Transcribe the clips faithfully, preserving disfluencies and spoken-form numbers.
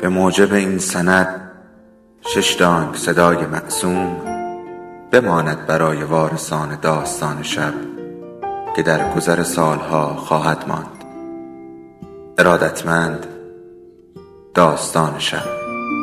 به موجب این سند شش دانگ صدای معصوم بماند برای وارثان داستان شب که در گذر سالها خواهد ماند. ارادتمند، داستان شب.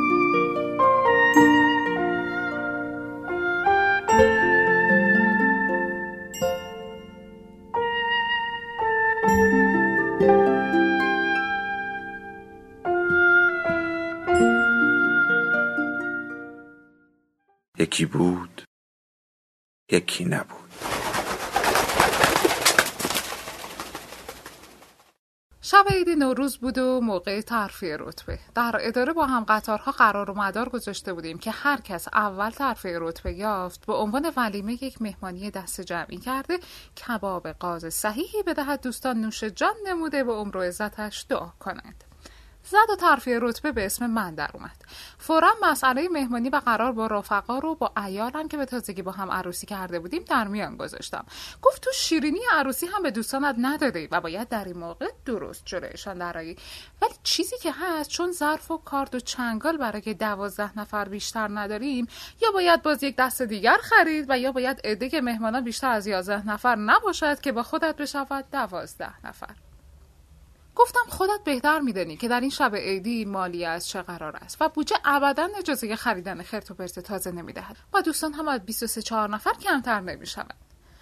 یکی بود، یکی نبود. شب عید نوروز بود و موقع ترفیع رتبه. در اداره با هم قطارها قرار و مدار گذاشته بودیم که هر کس اول ترفیع رتبه یافت به عنوان ولیمه یک مهمانی دست جمعی کرده کباب قاز صحیحی بدهد دوستان نوش جان نموده به عمر و عزتش دعا کنند. زد و ترفیع رتبه به اسم من در اومد. فوراً مسئله مهمانی و قرار با رفقا رو با عیالم که به تازگی با هم عروسی کرده بودیم در میان گذاشتم. گفت تو شیرینی عروسی هم به دوستانت ندادی و باید در این موقع درست جلویشان درآیی، ولی چیزی که هست چون ظرف و کارد و چنگال برای دوازده نفر بیشتر نداریم، یا باید باز یک دست دیگر خرید و یا باید عده مهمانان بیشتر از یازده نفر نباشد که با خودت بشود دوازده نفر. گفتم خودت بهتر میدانی که در این شب عیدی مالی از چه قرار است و بودجه ابداً اجازه خریدن خرت و پرت تازه نمیدهد و دوستان هم از بیست و سه چهار نفر کمتر نمیشوند.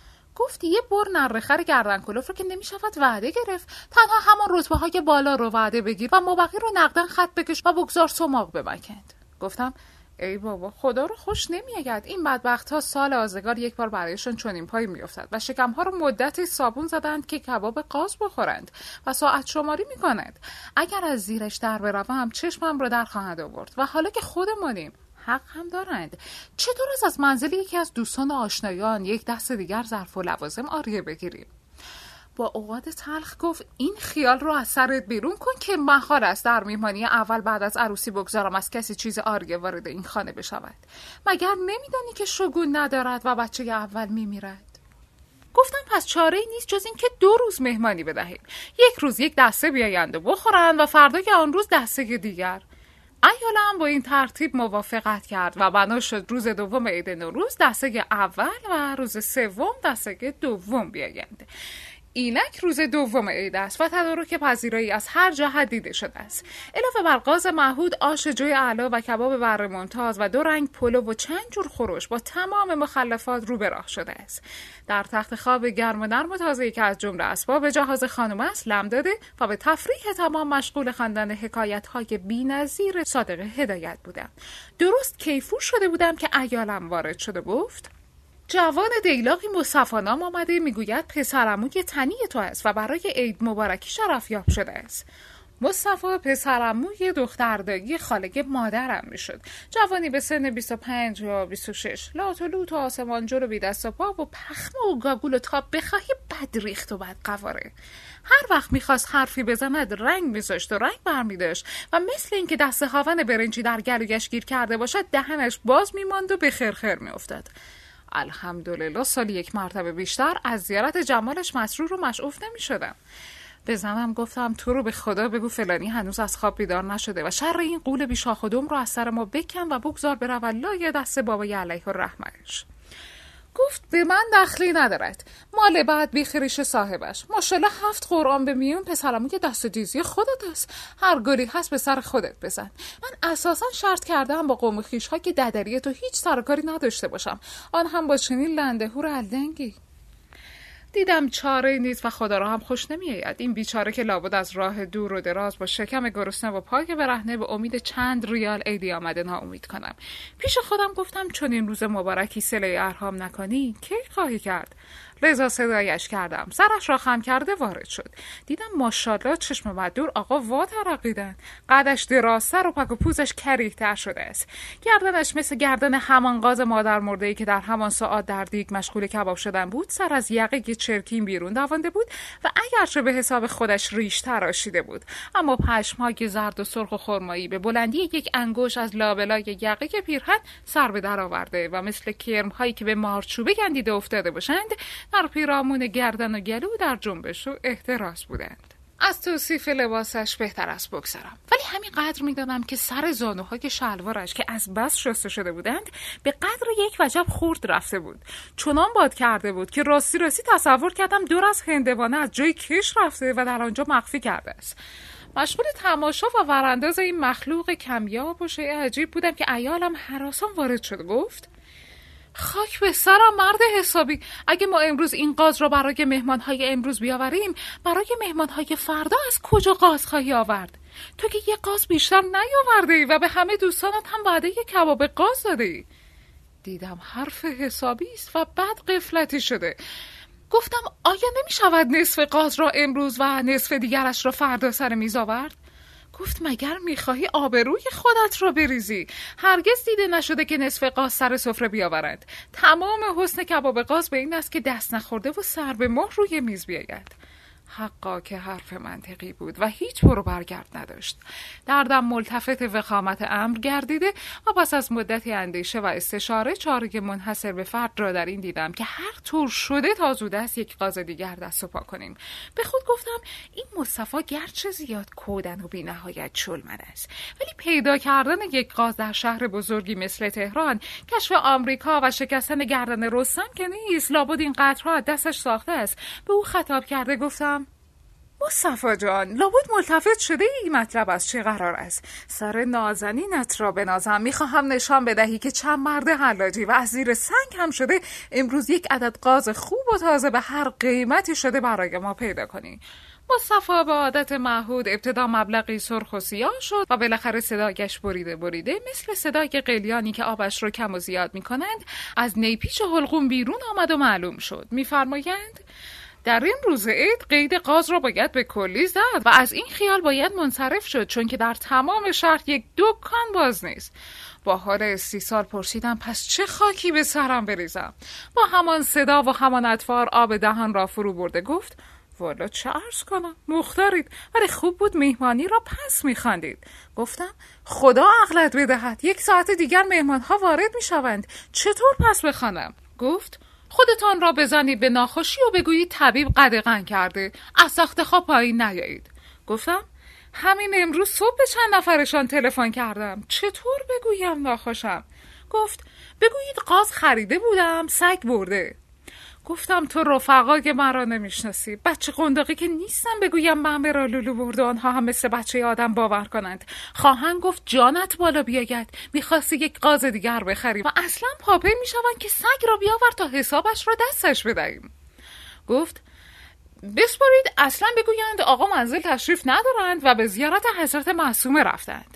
گفت یه بر نرخر گردن کلوف رو که نمیشود وعده گرفت، تنها همان رتبه های بالا رو وعده بگیر و مابقی رو نقدن خط بکش و بگذار سماق بمکند. گفتم ای بابا خدا رو خوش نمیآید، این بدبخت ها سال آزگار یک بار برایشون چنین پایی میافتد و شکم ها رو مدتی صابون زدند که کباب قاز بخورند و ساعت شماری میکنند. اگر از زیرش در بروم چشمم رو در خواهد آورد و حالا که خودمانیم حق هم دارند. چطور از از منزل یکی از دوستان و آشنایان یک دست دیگر ظرف و لوازم آریه بگیریم؟ با اوقات تلخ گفت این خیال رو از سرت بیرون کن که محال است در میهمانی اول بعد از عروسی بگذارم از کسی چیز آریه وارد این خانه بشود. مگر نمیدانی که شگون ندارد و بچه اول میمیرد؟ گفتم پس چاره ای نیست جز این که دو روز مهمانی بدهیم، یک روز یک دسته بیایند و بخورند و فردا که آن روز دسته دیگر. ایالم با این ترتیب موافقت کرد و بنا شد روز دوم عید نوروز دسته اول و روز سوم دسته دوم بیایند. اینک روز دوم عید است و تدارک پذیرایی از هر جهت دیده شده است. علاوه بر قاز معهود، آش جوی اعلی و کباب بره ممتاز و دو رنگ پلو و چند جور خورش با تمام مخلفات رو به راه شده است. در تخت خواب گرم و نرم و تازه‌ای که از جمله اسباب جهاز خانم است لم داده و به تفریح تمام مشغول خواندن حکایت‌های بی‌نظیر صادق هدایت بودم. درست کیفور شده بودم که عیالم وارد شد و گفت جوان دیلاقی مصطفی نام آمده، میگوید پسرعموی تنی تو است و برای عید مبارکی شرفیاب شده است. مصطفی پسرعموی دختردایی خاله مادرم میشد. جوانی به سن بیست و پنج یا بیست و شش، لات و لوت و آسمان جلو بی دست و پا و پخمه و گاگول و تاب بخواهی بد ریخت و بد قواره. هر وقت میخواست حرفی بزند رنگ میذاشت و رنگ برمیداشت و مثل اینکه دست هاون برنجی در گلویش گیر کرده باشد دهنش باز میماند و به خرخر میافتاد. الحمدلله سالی یک مرتبه بیشتر از زیارت جمالش مسرور و مشعوف نمی شدم. به زنم گفتم تو رو به خدا بگو فلانی هنوز از خواب بیدار نشده و شر این غول بی شاخ و دم رو از سر ما بکن و بگذار بره والله دست بابای علیه الرحمنش. گفت به من دخلی ندارد، مال بعد بیخریش صاحبش. ماشاءالله هفت قرآن به میون پسرمو که دست دیزی خودت است، هر گلی هست به سر خودت بزن. من اساسا شرط کردم با قوم خویش ها که ددری تو هیچ سرکاری نداشته باشم، آن هم با چنین لنده هور الدنگی. دیدم چاره نیست و خدا را هم خوش نمی آید. این بیچاره که لابد از راه دور و دراز با شکم گرسنه و پای برهنه به امید چند ریال عیدی آمده ناامید کنم. پیش خودم گفتم چون این روز مبارکی صله ارحام نکنی کی خواهی کرد؟ رضا صدایش کردم، سرش را خم کرده وارد شد. دیدم ماشاءالله چشم مدور آقا وا ترقیدن، قدش درازتر و پک و پوزش کریه‌تر شده است. گردنش مثل گردن همان قاز مادر مرده‌ای که در همان ساعت در دیگ مشغول کباب شدن بود. سر از یقه چرکین بیرون دوانده بود و اگرچه به حساب خودش ریش تراشیده بود، اما پشم‌های زرد و سرخ و خرمایی به بلندی یک انگشت از لابلای یقه پیرهن سر به در آورده و مثل کرم‌هایی که به مارچوبه گندیده افتاده باشند در پیرامون گردن و گلو در جنبش و احتراس بودند. از توصیف لباسش بهتر است بگذرم، ولی همین قدر میدانم که سر زانوهای شلوارش که از بس شسته شده بودند به قدر یک وجب خرد رفته بود. چنان باد کرده بود که راستی راستی تصور کردم دور از هندوانه از جای کش رفته و در آنجا مخفی کرده است. مشغول تماشا و ورانداز این مخلوق کمیاب و شیء عجیب بودم که عیالم هراسان وارد شد. گفت: خاک به سرم مرد حسابی، اگه ما امروز این قاز رو برای مهمانهای امروز بیاوریم، برای مهمانهای فردا از کجا قاز خواهی آورد؟ تو که یه قاز بیشتر نیاورده ای و به همه دوستانت هم وعده یه کباب قاز داده ای. دیدم حرف حسابی است و بعد غفلتی شده. گفتم: آیا نمی شود نصف قاز را امروز و نصف دیگرش را فردا سر میز آورد؟ گفت: مگر میخواهی آبروی خودت را بریزی؟ هرگز دیده نشده که نصف قاز سر سفره بیاورند. تمام حسن کباب قاز به این است که دست نخورده و سر به مهر روی میز بیاید. حقا که حرف منطقی بود و هیچ برو برگرد نداشت. دردم ملتفت وخامت امر گردیده و پس از مدتی اندیشه و استشاره چاره منحصر به فرد را در این دیدم که هر طور شده تا زود است یک قاز دیگر دست و پا کنیم. به خود گفتم این مصطفی گرچه زیاد کودن و بی نهایت چلمن است، ولی پیدا کردن یک قاز در شهر بزرگی مثل تهران، کشف آمریکا و شکستن گردن رستم که نیست، لابد این قطرها دستش ساخته است. به او خطاب کرده گفتم: مصطفی جان، لابد ملتفت شده این مطلب از چه قرار است؟ سر نازنینت را بنازم، میخواهم نشان بدهی که چند مرد حلاجی و از زیر سنگ هم شده امروز یک عدد قاز خوب و تازه به هر قیمتی شده برای ما پیدا کنی. مصطفی به عادت معهود ابتدا مبلغی سرخ و سیاه شد و بالاخره صدایش بریده بریده مثل صدای قلیانی که آبش رو کم و زیاد میکنند از نیپیچ حلقوم بیرون آمد و معلوم شد. میفرمایند در این روز عید قید قاز را باید به کلی زد و از این خیال باید منصرف شد، چون که در تمام شهر یک دکان باز نیست. با حال استیصال پرسیدم: پس چه خاکی به سرم بریزم؟ با همان صدا و همان اطوار آب دهان را فرو برده گفت: والا چه عرض کنم، مختارید، ولی خوب بود مهمانی را پس می‌خواندید. گفتم: خدا عقلت بدهد، یک ساعت دیگر مهمان‌ها وارد می‌شوند، چطور پس بخوانم؟ گفت: خودتان را بزنید به ناخوشی و بگویید طبیب قدغن کرده، از تخت خواب پایین نیایید. گفتم: همین امروز صبح به چند نفرشان تلفن کردم، چطور بگویم ناخوشم؟ گفت: بگویید قاز خریده بودم، سگ برده. گفتم: تو رفقای مرا نمیشناسی، بچه قنداقی که نیستم بگویم من را لولو برده آنها هم مثل بچه آدم باور کنند. خواهند گفت جانت بالا بیاید، میخواستی یک قاز دیگر بخری و اصلا پاپه میشوند که سگ را بیاور تا حسابش را دستش بدهیم. گفت: بسپارید اصلا بگویند آقا منزل تشریف ندارند و به زیارت حضرت معصومه رفتند.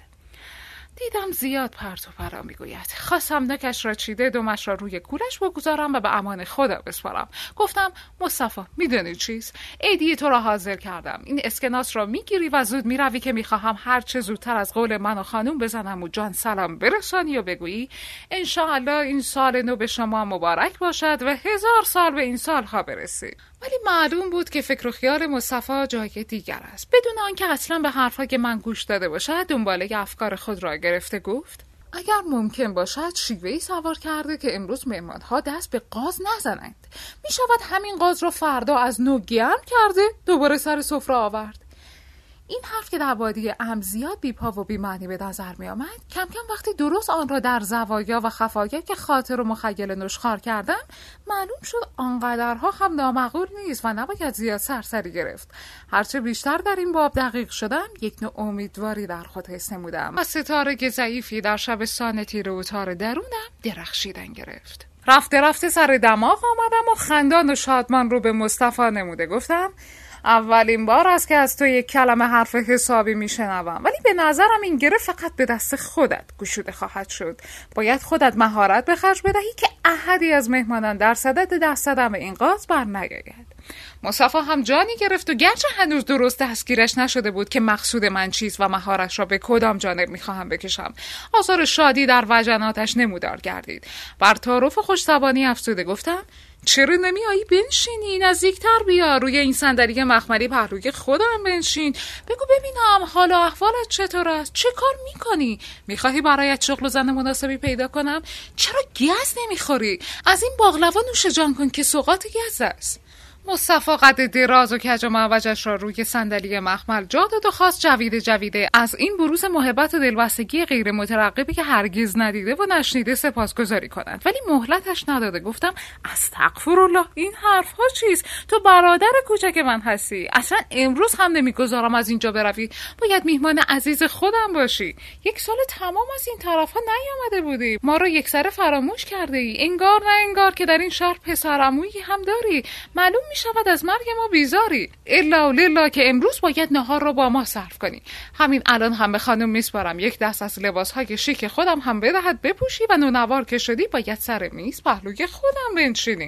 دیدم زیاد پرت و پرا میگوید. خواستم نکش را چیده دومش را روی کولش بگذارم و به امان خدا بسپارم. گفتم: مصطفی میدونی چیز؟ ایدی تو را حاضر کردم، این اسکناس را میگیری و زود میروی که میخواهم هر چه زودتر از قول من و خانوم بزنم و جان سلام برسانی و بگویی انشاءالله این سال نو به شما مبارک باشد و هزار سال به این سالها برسی. ولی معلوم بود که فکر و خیال مصطفی جای دیگر است. بدون آنکه اصلا به حرفا که من گوش داده باشد دنباله افکار خود را گرفته گفت: اگر ممکن باشد شیوهی سوار کرده که امروز مهمانها دست به قاز نزنند. می شود همین قاز را فردا از نو گرم کرده دوباره سر سفره آورد. این حرف که در وادی ام زیاد بی پا و بی معنی به نظر می آمد، کم کم وقتی درست آن را در زوایا و خفایا که خاطر و مخیل نشخوار کردم معلوم شد آنقدرها هم نامعقول نیست و نباید زیاد سرسری گرفت. هرچه بیشتر در این باب دقیق شدم یک نوع امیدواری در خود حس نمودم و ستاره ضعیفی در شبستان تیره و تار درونم درخشیدن گرفت. رفته رفته سر دماغ آمدم و خندان و شادمان رو به مصطفی نموده گفتم: اولین بار است که از تو یک کلمه حرف حسابی میشنوم، ولی به نظرم این گره فقط به دست خودت گشوده خواهد شد. باید خودت مهارت به خرج بدهی که احدی از مهمانان در صدد دست زدن به این قاز بر نیاید. مصطفی هم جانی گرفت و گرچه هنوز درست دستگیرش نشده بود که مقصود من چیست و مهارش را به کدام جانب میخواهم بکشم، آثار شادی در وجناتش نمودار گردید. بر تعارف خوش‌طبعانه افزوده گفتم: چرا نمیایی بنشینی؟ نزدیکتر بیا، روی این صندلی مخملی پهلوی خودم بنشین، بگو ببینم حال و احوالت چطور است، چه کار میکنی؟ میخواهی برایت شغل و زن مناسبی پیدا کنم؟ چرا گز نمیخوری؟ از این باقلوا نوش جان کن که سوغات گز است. مصطفی قد دراز و کج و معوجش را روی صندلی مخمل جا داد و خواست جویده جویده از این بروز محبت و دلبستگی غیر مترقبی که هرگز ندیده و نشنیده سپاسگزاری کند، ولی مهلتش نداده. گفتم استغفرالله، این حرفها چیست؟ تو برادر کوچک من هستی، اصلا امروز هم نمیگذارم از اینجا بروی، باید میهمان عزیز خودم باشی. یک سال تمام از این طرفا نیامده بودی، ما رو یکسره فراموش کرده ای، انگار نه انگار که در این شهر پسرعمویی هم داری. معلوم شود از مرگ ما بیزاری. الا و للا که امروز باید نهار رو با ما صرف کنی. همین الان هم به خانم میسپارم یک دست از لباسهای شیک خودم هم بدهد بپوشی و نونوار که شدی باید سر میز پهلوی خودم بنشینی.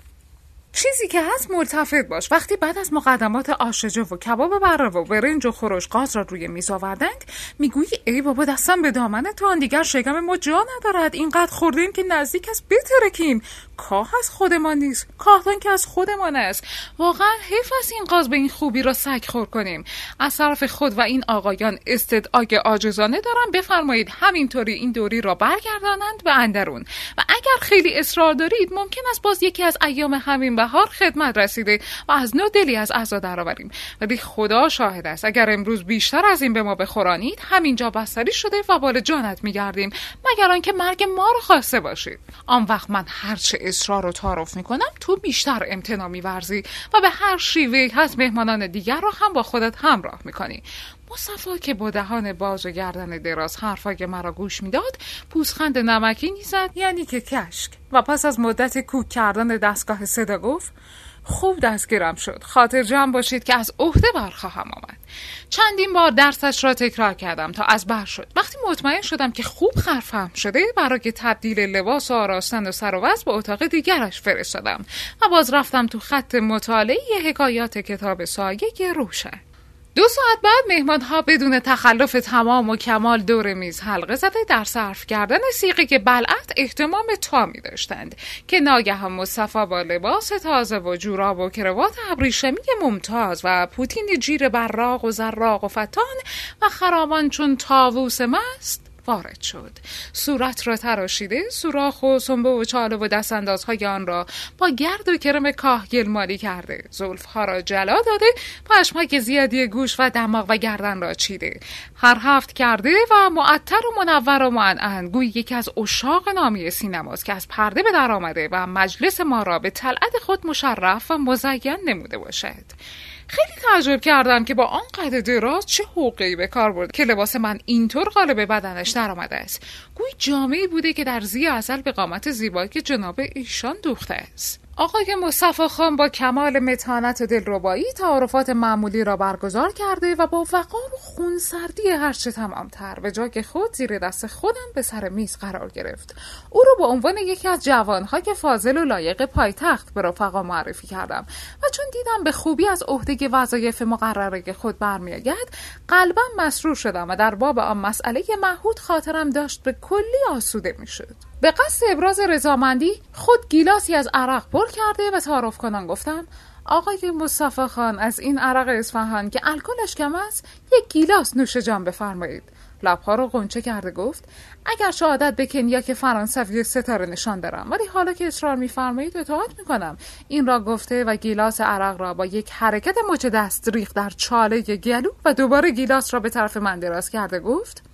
چیزی که هست ملتفت باش. وقتی بعد از مقدمات آشجو و کباب بره و برنج و خورشقاز را روی میز آوردند، میگویی ای بابا دستم به دامن تو، آن دیگر شکم ما جا ندارد، اینقدر خوردیم که نزدیک است بترکیم. کاه از خودمان نیست، کاهتان که از خودمان است. واقعا حیف است این قاز به این خوبی را سگ خور کنیم. از طرف خود و این آقایان استدعای عاجزانه دارم، بفرمایید همینطوری این دوری را برگردانند به اندرون و اگر خیلی اصرار دارید ممکن است باز یکی از ایام همین بهار خدمت رسیده و از نو دلی از عزا درآوریم. ولی خدا شاهد است اگر امروز بیشتر از این به ما بخورانید همینجا بستری شده و بال جانت میگردیم، مگر آنکه مرگ ما رو خواسته باشید. آن وقت من هرچه اصرار و تعارف میکنم تو بیشتر امتناع میورزی و به هر شیوه هست مهمانان دیگر رو هم با خودت همراه میکنی. مصطفی که با دهان باز و گردن دراز حرفای مرا گوش میداد، پوزخند نمکی زد، یعنی که کشک، و پس از مدت کوک کردن دستگاه صدا گفت خوب دستگیرم شد، خاطر جمع باشید که از عهده برخواهم آمد. چندین بار درسش را تکرار کردم تا از بر شد. وقتی مطمئن شدم که خوب خرفهم شده، برای تبدیل لباس و آراستن و سر و وضع به اتاق دیگرش فرستادم و باز رفتم تو خط مطالعه حکایات کتاب سایه روشن. دو ساعت بعد مهمان‌ها بدون تخلف تمام و کمال دور میز حلقه زده در صرف کردن سیغه که بلعت اهتمام تامی داشتند که ناگهان مصطفی با لباس تازه و جوراب و کروات ابریشمی ممتاز و پوتین جیر براق و زراق و فتان و خرامان چون طاووس مست وارد شد. صورت را تراشیده، سوراخ و سنبه و چاله و دستاندازهای آن را با گرد و کرم کاهگل مالی کرده، زلفها را جلا داده، پشمک زیادی گوش و دماغ و گردن را چیده، هر هفت کرده و معطر و منور و معنعن، گویی یکی از عشاق نامی سینماست که از پرده به در آمده و مجلس ما را به طلعت خود مشرف و مزین نموده باشد. خیلی تعجب کردم که با آن قد دراز چه حقه‌ای به کار برد که لباس من اینطور قالب بدنش در آمده است. گویی جامه‌ای بوده که در زی ازل به قامت زیبایی که جناب ایشان دوخته است. آقای مصطفی خان با کمال متانت و دلربایی تعارفات معمولی را برگزار کرده و با وقار و خونسردی هرچه تمام‌تر به جای خود زیر دست خودم به سر میز قرار گرفت. او را به عنوان یکی از جوان‌های فاضل و لایق پایتخت به رفقا معرفی کردم و چون دیدم به خوبی از عهده وظایف مقرره خود برمی‌آید، قلبم مسرور شدم و در باب آن مسئله معهود خاطرم داشت به کلی آسوده می‌شد. به قصد ابراز رضامندی خود گیلاسی از عرق پر کرده و تعارف کنان گفتم آقای مصطفی خان از این عرق اصفهان که الکلش کم است یک گیلاس نوش جان بفرمایید. لبها رو غنچه کرده گفت اگر شهادت به کنیا که فرانسوی ستاره نشان دارم، ولی حالا که اصرار می‌فرمایید اطاعت می‌کنم. این را گفته و گیلاس عرق را با یک حرکت مچ دست ریخت در چاله گلو و دوباره گیلاس را به طرف من دراز کرده گفت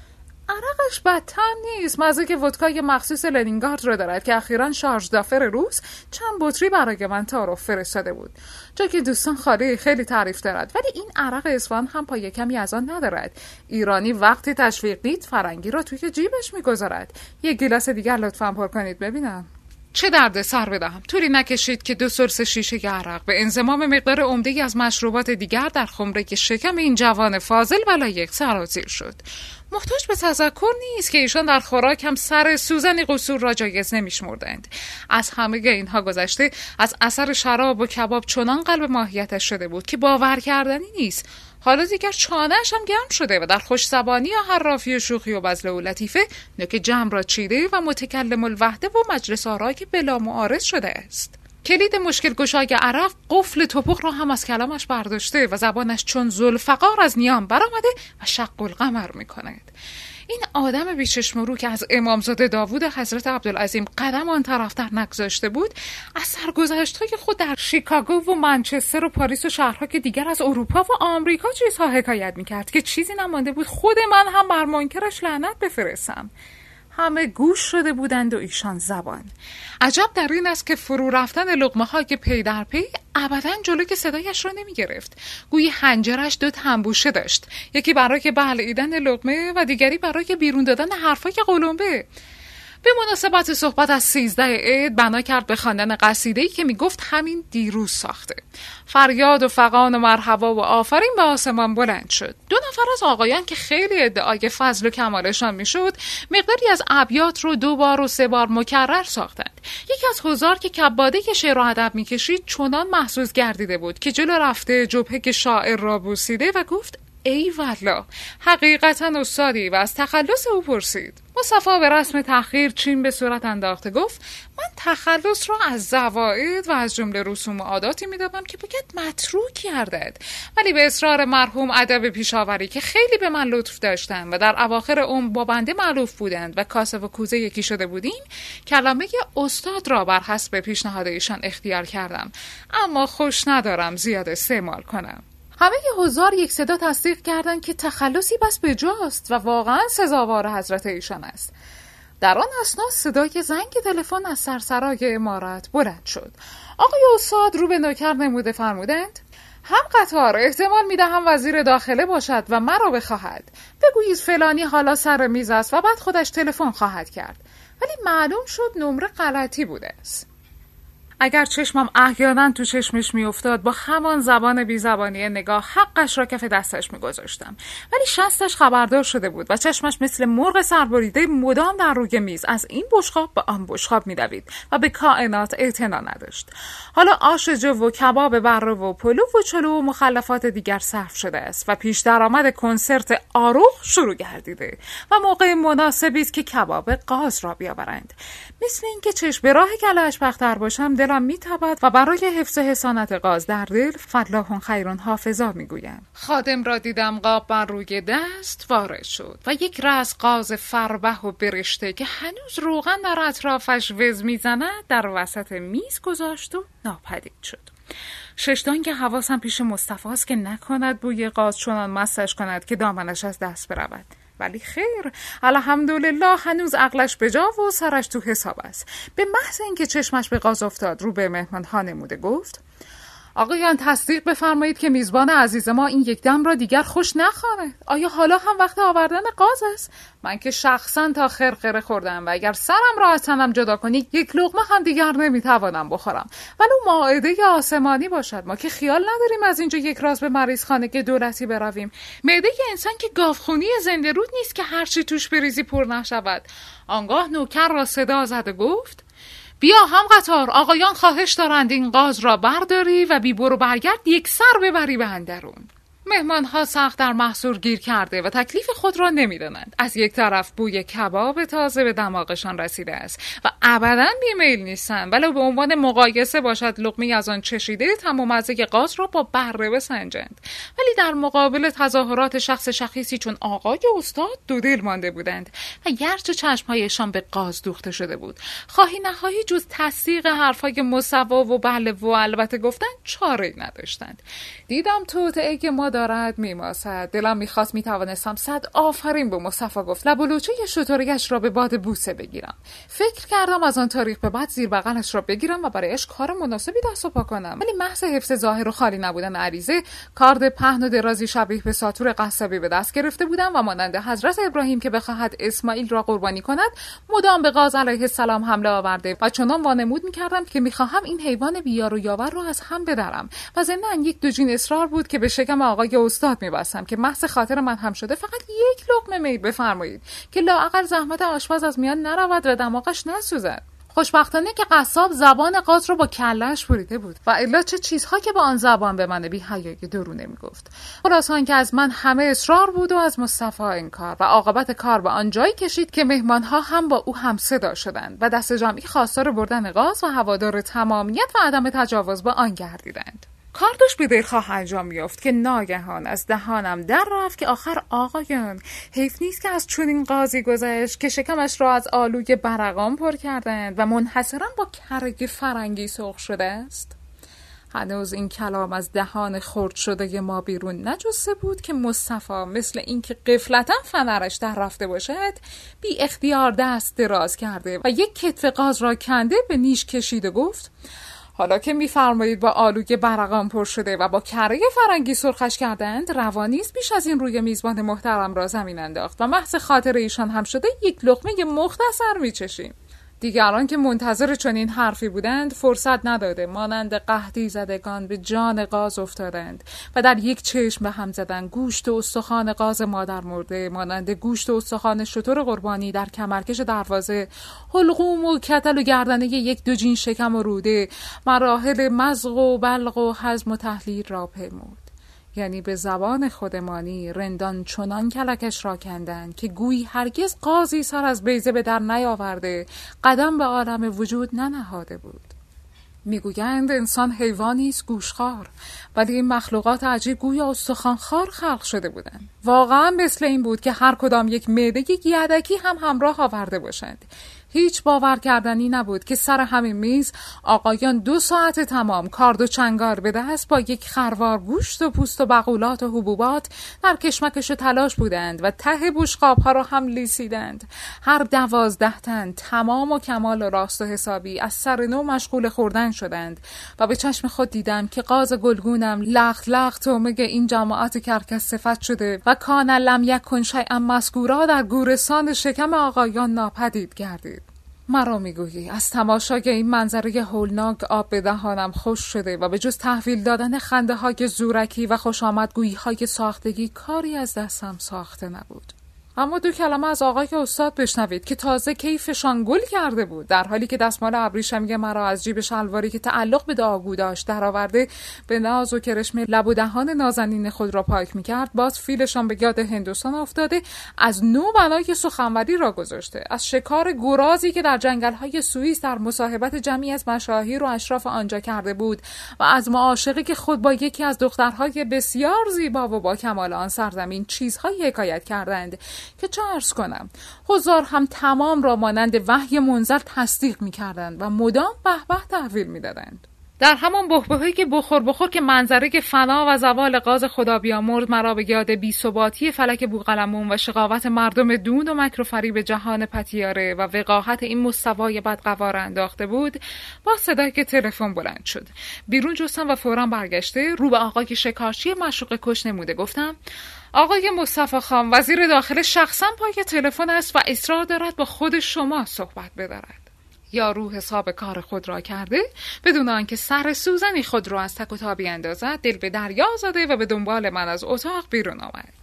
عرقش بدتر نیست، مزه که ودکای مخصوص لنینگراد رو دارد که اخیراً شارژ دافر روس چند بطری برای من تعارف فرستاده بود، جا که دوستان خالی خیلی تعریف دارد، ولی این عرق اصفهان هم پای کمی از آن ندارد. ایرانی وقتی تشویق دید فرنگی را توی جیبش میگذارد. یک گیلاس دیگر لطفاً پر کنید ببینم. چه درد سر بدهم، طوری نکشید که دو سرس شیشه عرق به انضمام مقدار عمده‌ای از مشروبات دیگر در خمره که شکم این جوان فاضل و لایق سرازیر شد. محتاج به تذکر نیست که ایشان در خوراک هم سر سوزنی قصور را جایز نمی‌شمردند. از همه اینها گذشته از اثر شراب و کباب چنان قلب ماهیتش شده بود که باور کردنی نیست. حالا دیگر چانه‌اش هم گرم شده و در خوش زبانی و حرافی و شوخی و بذل و لطیفه نوک جمع را چیده و متکلم الوحده و مجلس آرای بلا معارض شده است. کلید مشکل گشای عرق قفل توپق را هم از کلامش برداشته و زبانش چون ذوالفقار از نیام برآمده و شق القمر می‌کند. این آدم بیچشم و رو که از امامزاده داوود حضرت عبدالعظیم قدم آن طرفتر نگذاشته بود، از سرگذشت‌های خود در شیکاگو و منچستر و پاریس و شهرها که دیگر از اروپا و آمریکا چیزها حکایت میکرد که چیزی نمانده بود خود من هم بر منکرش لعنت بفرستم. همه گوش شده بودند و ایشان زبان. عجب در این است که فرو رفتن لقمه های پی در پی ابداً جلوی صدایش را نمی گرفت. گویی حنجرش دو تنبوشه داشت، یکی برای بلعیدن لقمه و دیگری برای بیرون دادن حرفای قلمبه. به مناسبت صحبت از سیزده عید بنا کرد به خواندن قصیده‌ای که میگفت همین دیروز ساخته. فریاد و فغان و مرحبا و آفرین به آسمان بلند شد. دو نفر از آقایان که خیلی ادعای فضل و کمالشان میشد مقداری از ابیات رو دو بار و سه بار مکرر ساختند. یکی از حضار که کباده که شعر و ادب میکشید چنان محظوظ گردیده بود که جلو رفته جبهه که شاعر را بوسیده و گفت ای والله حقیقتا استادی و از تخلص او پرسید. مصطفی به رسم تأخیر چین به صورت انداخته گفت من تخلص را از زوائد و از جمله رسوم و عاداتی می‌دانم که باید متروک گردد، ولی به اصرار مرحوم ادب پیشاوری که خیلی به من لطف داشتند و در اواخر عمر با بنده معروف بودند و کاسه و کوزه یکی شده بودیم، کلمه استاد را بر حسب پیشنهاد ایشان اختیار کردم، اما خوش ندارم زیاد استعمال کنم. همه حضار یک صدا تصدیق کردند که تخلصی بس بجاست و واقعا سزاوار حضرت ایشان است. در آن اثنا صدای زنگ تلفن از سرسرای عمارت بلند شد. آقای استاد رو به نوکر نموده فرمودند هم قطار احتمال میدهم وزیر داخله باشد و مرا بخواهد. بگویید فلانی حالا سر میز است و بعد خودش تلفن خواهد کرد. ولی معلوم شد نمره غلطی بوده است. اگر چشمم احیانا تو چشمش میافتاد با همان زبان بی زبانی نگاه حقش را کف دستش میگذاشتم، ولی شستش خبردار شده بود و چشمش مثل مرغ سربریده مدام در روی میز از این بشقاب به آن بشقاب میدوید و به کائنات اعتنا نداشت. حالا آش جو و کباب بره و پلو و چلو و مخلفات دیگر صرف شده است و پیش درآمد کنسرت آروخ شروع گردیده و موقع مناسبی است که کباب قاز را بیاورند. مثل اینکه چشم به راه کله‌اش پختر باشم دلم میتابد و برای حفظ حسانت قاز در دل فلاح خیرون حافظا میگویم. خادم را دیدم قاب بر روی دست وارد شد و یک رأس قاز فربه و برشته که هنوز روغن در اطرافش وز میزند در وسط میز گذاشت و ناپدید شد. ششتان که حواسم پیش مصطفی است که نکند بوی قاز چنان مستش کند که دامنش از دست برود. ولی خیر، الحمدلله هنوز عقلش به جا و سرش تو حساب است. به محض اینکه چشمش به قاز افتاد رو به مهمان ها نموده گفت آقایان تصدیق بفرمایید که میزبان عزیز ما این یک دم را دیگر خوش نخواهد. آیا حالا هم وقت آوردن قاز است؟ من که شخصا تا خرخره خوردم و اگر سرم را از تنم جدا کنی یک لقمه هم دیگر نمیتوانم بخورم، ولو مائده آسمانی باشد. ما که خیال نداریم از اینجا یک راز به مریض خانه دولتی برویم. معده انسان که گاوخونی زنده رود نیست که هر چی توش بریزی پر نشود. آنگاه نوکر را صدا زد و گفت بیا هم قطار، آقایان خواهش دارند این قاز را برداری و بی برو برگرد یک سر ببری به اندرون. مهمان ها سخت در محصور گیر کرده و تکلیف خود را نمیدانند. از یک طرف بوی کباب تازه به دماغشان رسیده است و ابداً بیمیل نیستند ولو به عنوان مقایسه باشد لقمه‌ای از آن چشیده تمام مزه قاز را با بره بسنجند. ولی در مقابل تظاهرات شخص شخیصی چون آقای استاد دو دل مانده بودند و گرچه چشمهایشان به قاز دوخته شده بود خواهی نخواهی جز تصدیق حرفای مصوا و بله و البته گفتن چاره‌ای نداشتند. دیدم توطئه که ما دارد میماسد. دلم میخواست میتوانستم صد آفرین به مصطفی گفت لب و لوچه شتریش را به باد بوسه بگیرم. فکر کردم از آن تاریخ به بعد زیر بغلش را بگیرم و برایش کار مناسبی دست و پا کنم، ولی محض حفظ ظاهر و خالی نبودن عریضه کارد پهن و درازی شبیه به ساطور قصابی به دست گرفته بودم و مانند حضرت ابراهیم که بخواهد اسماعیل را قربانی کند مدام به قاز علیه السلام حمله آورده و چنان وانمود میکردم که میخواهم این حیوان بیار و یاور را از هم بدرم و ضمن یک دوجین اصرار بود که به شکم آقای استاد میبستم که محض خاطر من هم شده فقط یک لقمه میل بفرمایید که لااقل زحمت آشپز از میان نرود و دماغش نسوزد. خوشبختانه که قصاب زبان قاز رو با کله‌اش بریده بود و الا چه چیزها که با آن زبان به من بی حیای درونه میگفت. خلاصان که از من همه اصرار بود و از مصطفی انکار و عاقبت کار به آن جایی کشید که مهمانها هم با او هم صدا شدند و دست جمعی خواستار بردن قاز و هوادار تمامیت و عدم تجاوز با آن گردیدند. کار داشت به دلخواه انجام میافت که ناگهان از دهانم در رفت که آخر آقایان حیف نیست که از چنین قاضی گذشت که شکمش را از آلوی برقان پر کردند و منحصرا با کرگ فرنگی سرخ شده است. هنوز این کلام از دهان خرد شده ما بیرون نجسته بود که مصطفی مثل اینکه غفلتاً فنرش در رفته باشد بی اختیار دست دراز کرده و یک کتف قاز را کنده به نیش کشید و گفت: حالا که می‌فرمایید با آلوی برقان پر شده و با کره فرنگی سرخش کردند، روانی است بیش از این روی میزبان محترم را زمین انداخت و محض خاطر ایشان هم شده یک لقمه مختصر می‌چشیم. دیگران که منتظر چنین حرفی بودند فرصت نداده مانند قحطی زدگان به جان قاز افتادند و در یک چشم به هم زدند. گوشت و استخوان قاز مادر مرده مانند گوشت و استخوان شتر قربانی در کمرکش دروازه، حلقوم و کتل و گردنه یک دوجین شکم و روده مراحل مضغ و بلغ و هضم و تحلیل را پیمود. یعنی به زبان خودمانی رندان چنان کلکش را کندند که گویی هرگز قاضی سر از بیضه به در نیاورده، قدم به عالم وجود ننهاده بود. میگویند انسان حیوانی است گوشخوار، ولی این مخلوقات عجیب گویا استخوانخوار خلق شده بودند. واقعا مثل این بود که هر کدام یک معده یدکی هم همراه آورده باشند. هیچ باور کردنی نبود که سر همین میز آقایان دو ساعت تمام کارد و چنگار به دست با یک خروار گوشت و پوست و بقولات و حبوبات در کشمکش و تلاش بودند و ته بشقاب‌ها را هم لیسیدند. هر دوازده تن تمام و کمال و راست و حسابی از سر نو مشغول خوردن شدند و به چشم خود دیدم که قاز گلگونم لخت لخت تومه این جماعت کرکس صفت شده و کان لم یکن شیئا مذکورا در گورستان شکم آقایان ناپدید گردید. مرا میگویی از تماشای این منظره هولناک آب به دهانم خوش شده و به جز تحویل دادن خنده های زورکی و خوش آمدگویی های ساختگی کاری از دستم ساخته نبود. اما دو کلمه از آقای استاد بشنوید که تازه کیفشان گل کرده بود، در حالی که دستمال ابریشمی مرا از جیب شلواری که تعلق به داغو داشت درآورده به ناز و کرشم لب و دهان نازنین خود را پاک می‌کرد. باز فیلشان به یاد هندوستان افتاده، از نو بنای سخنوری را گذاشته، از شکار گرازی که در جنگل‌های سوئیس در مصاحبت جمعی از مشاهیر و اشراف آنجا کرده بود و از معاشقه که خود با یکی از دخترهای بسیار زیبا و با کمال آن سرزمین چیزهایی حکایت کردند که چه عرض کنم، حضار هم تمام را مانند وحی منزل تصدیق می کردند و مدام به به تحویل می دادند. در همان بحبوحی که بخور بخور که منظره فنا و زوال قاز خدا بیامرد مرا به یاد بی‌ثباتی فلک بوقلمون و شقاوت مردم دون و مکر و فریب جهان پتیاره و وقاحت این مستوای بدقوار انداخته بود، با صدایی که تلفن بلند شد بیرون جستم و فوراً برگشته رو به آقای شکارچی مشوق کش نموده گفتم: آقای مصطفی خان وزیر داخل شخصا پای تلفن است و اصرار دارد با خود شما صحبت بدارد. یا روح حساب کار خود را کرده بدون آنکه سر سوزنی خود را از تک و تا بیاندازد دل به دریا زده و به دنبال من از اتاق بیرون آمد.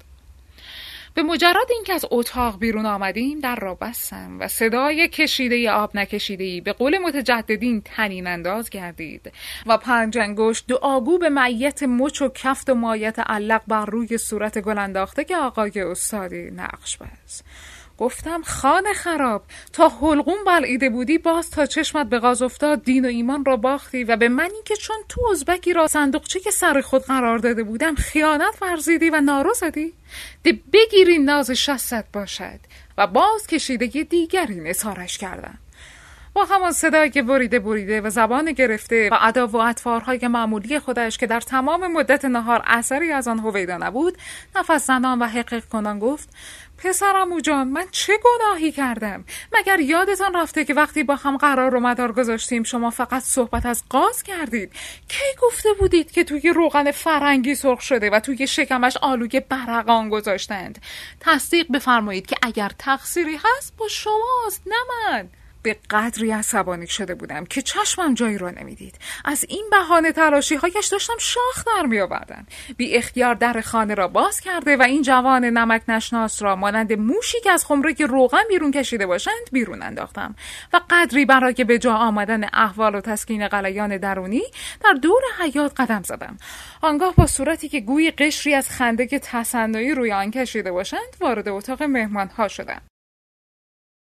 به مجرد اینکه از اتاق بیرون آمدیم در را بستم و صدای کشیده آب نکشیده‌ای به قول متجددین طنین انداز گردید و پنج انگشت دو آگو به معیت مچ و کفت و مایت علق بر روی صورت گل انداخته که آقای استادی نقش بست. گفتم: خانه خراب، تا حلقوم بلعیده بودی باز تا چشمت به غاز افتاد دین و ایمان را باختی و به منی که چون تو ازبکی را صندوقچه که سر خود قرار داده بودم خیانت ورزیدی و نارو زدی؟ ده بگیری ناز شست باشد. و باز کشیدگی دیگری نثارش کردم. با همان صدایی که بریده بریده و زبان گرفته و ادا و اطوارهای معمولی خودش که در تمام مدت نهار اثری از آن هویدا نبود نفس زنان و حقیق کنان گفت: پسرعمو جان، من چه گناهی کردم؟ مگر یادتان رفته که وقتی با هم قرار و مدار گذاشتیم شما فقط صحبت از قاز کردید؟ کی گفته بودید که توی روغن فرنگی سرخ شده و توی شکمش آلوی برقان گذاشتند؟ تصدیق بفرمایید که اگر تقصیری هست با شماست نه من. به قدری عصبانی شده بودم که چشمم جایی را نمیدید. از این بهانه تلاشی هایش داشتم شاخ در می آوردم. بی اختیار در خانه را باز کرده و این جوان نمک نشناس را مانند موشی که از خمره روغن بیرون کشیده باشند بیرون انداختم و قدری برای به جا آمدن احوال و تسکین غلیان درونی در دور حیاط قدم زدم. آنگاه با صورتی که گویی قشری از خنده که تصنعی روی آن کشیده باشند وارد اتاق مهمان ها شدم.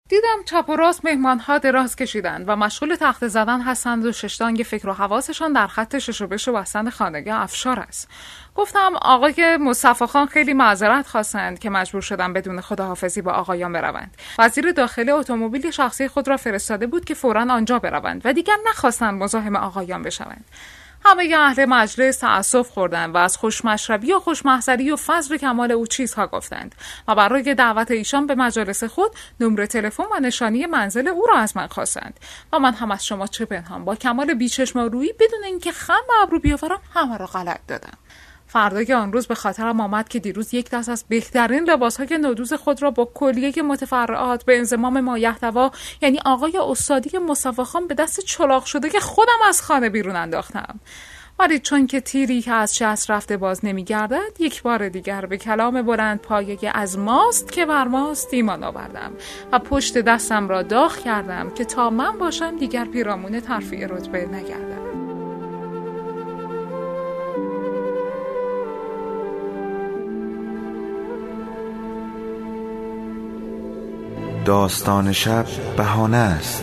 دیدم چپ و راست مهمان‌ها دراز کشیدند و مشغول تخته زدن هستند و ششتانگ فکر و حواسشان در خط شش و بش و بستن خانگاه افشار است. گفتم آقای مصطفی خان خیلی معذرت خواستند که مجبور شدن بدون خداحافظی با آقایان بروند. وزیر داخلی اتومبیل شخصی خود را فرستاده بود که فوراً آنجا بروند و دیگر نخواستند مزاحم آقایان بشوند. همه ی اهل مجلس تأسف خوردند و از خوشمشربی و خوشمحضری و فضل و کمال او چیزها گفتند و برای دعوت ایشان به مجالس خود نمره تلفن و نشانی منزل او را از من خواستند و من هم از شما چه پنهان با کمال بیچشم و رویی بدون اینکه خم به ابرو بیاورم همه را غلط دادم. فردای آن روز به خاطرم آمد که دیروز یک دست از بهترین لباس‌های نودوز خود را با کلیه متفرعات به انضمام مایحتوا یعنی آقای استادی مصطفی خان به دست چلاق شده که خودم از خانه بیرون انداختم. ولی چون که تیری که از شست رفته باز نمی‌گردد، یک بار دیگر به کلام بلند پایه از ماست که بر ماست ایمان آوردم و پشت دستم را داغ کردم که تا من باشم دیگر پیرامون ترفیع رتبه نگردم. داستان شب بهانه است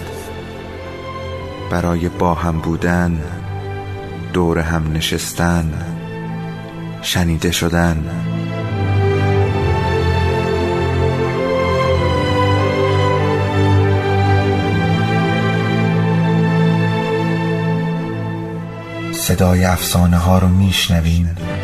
برای با هم بودن، دور هم نشستن، شنیده شدن. صدای افسانه ها رو میشنوین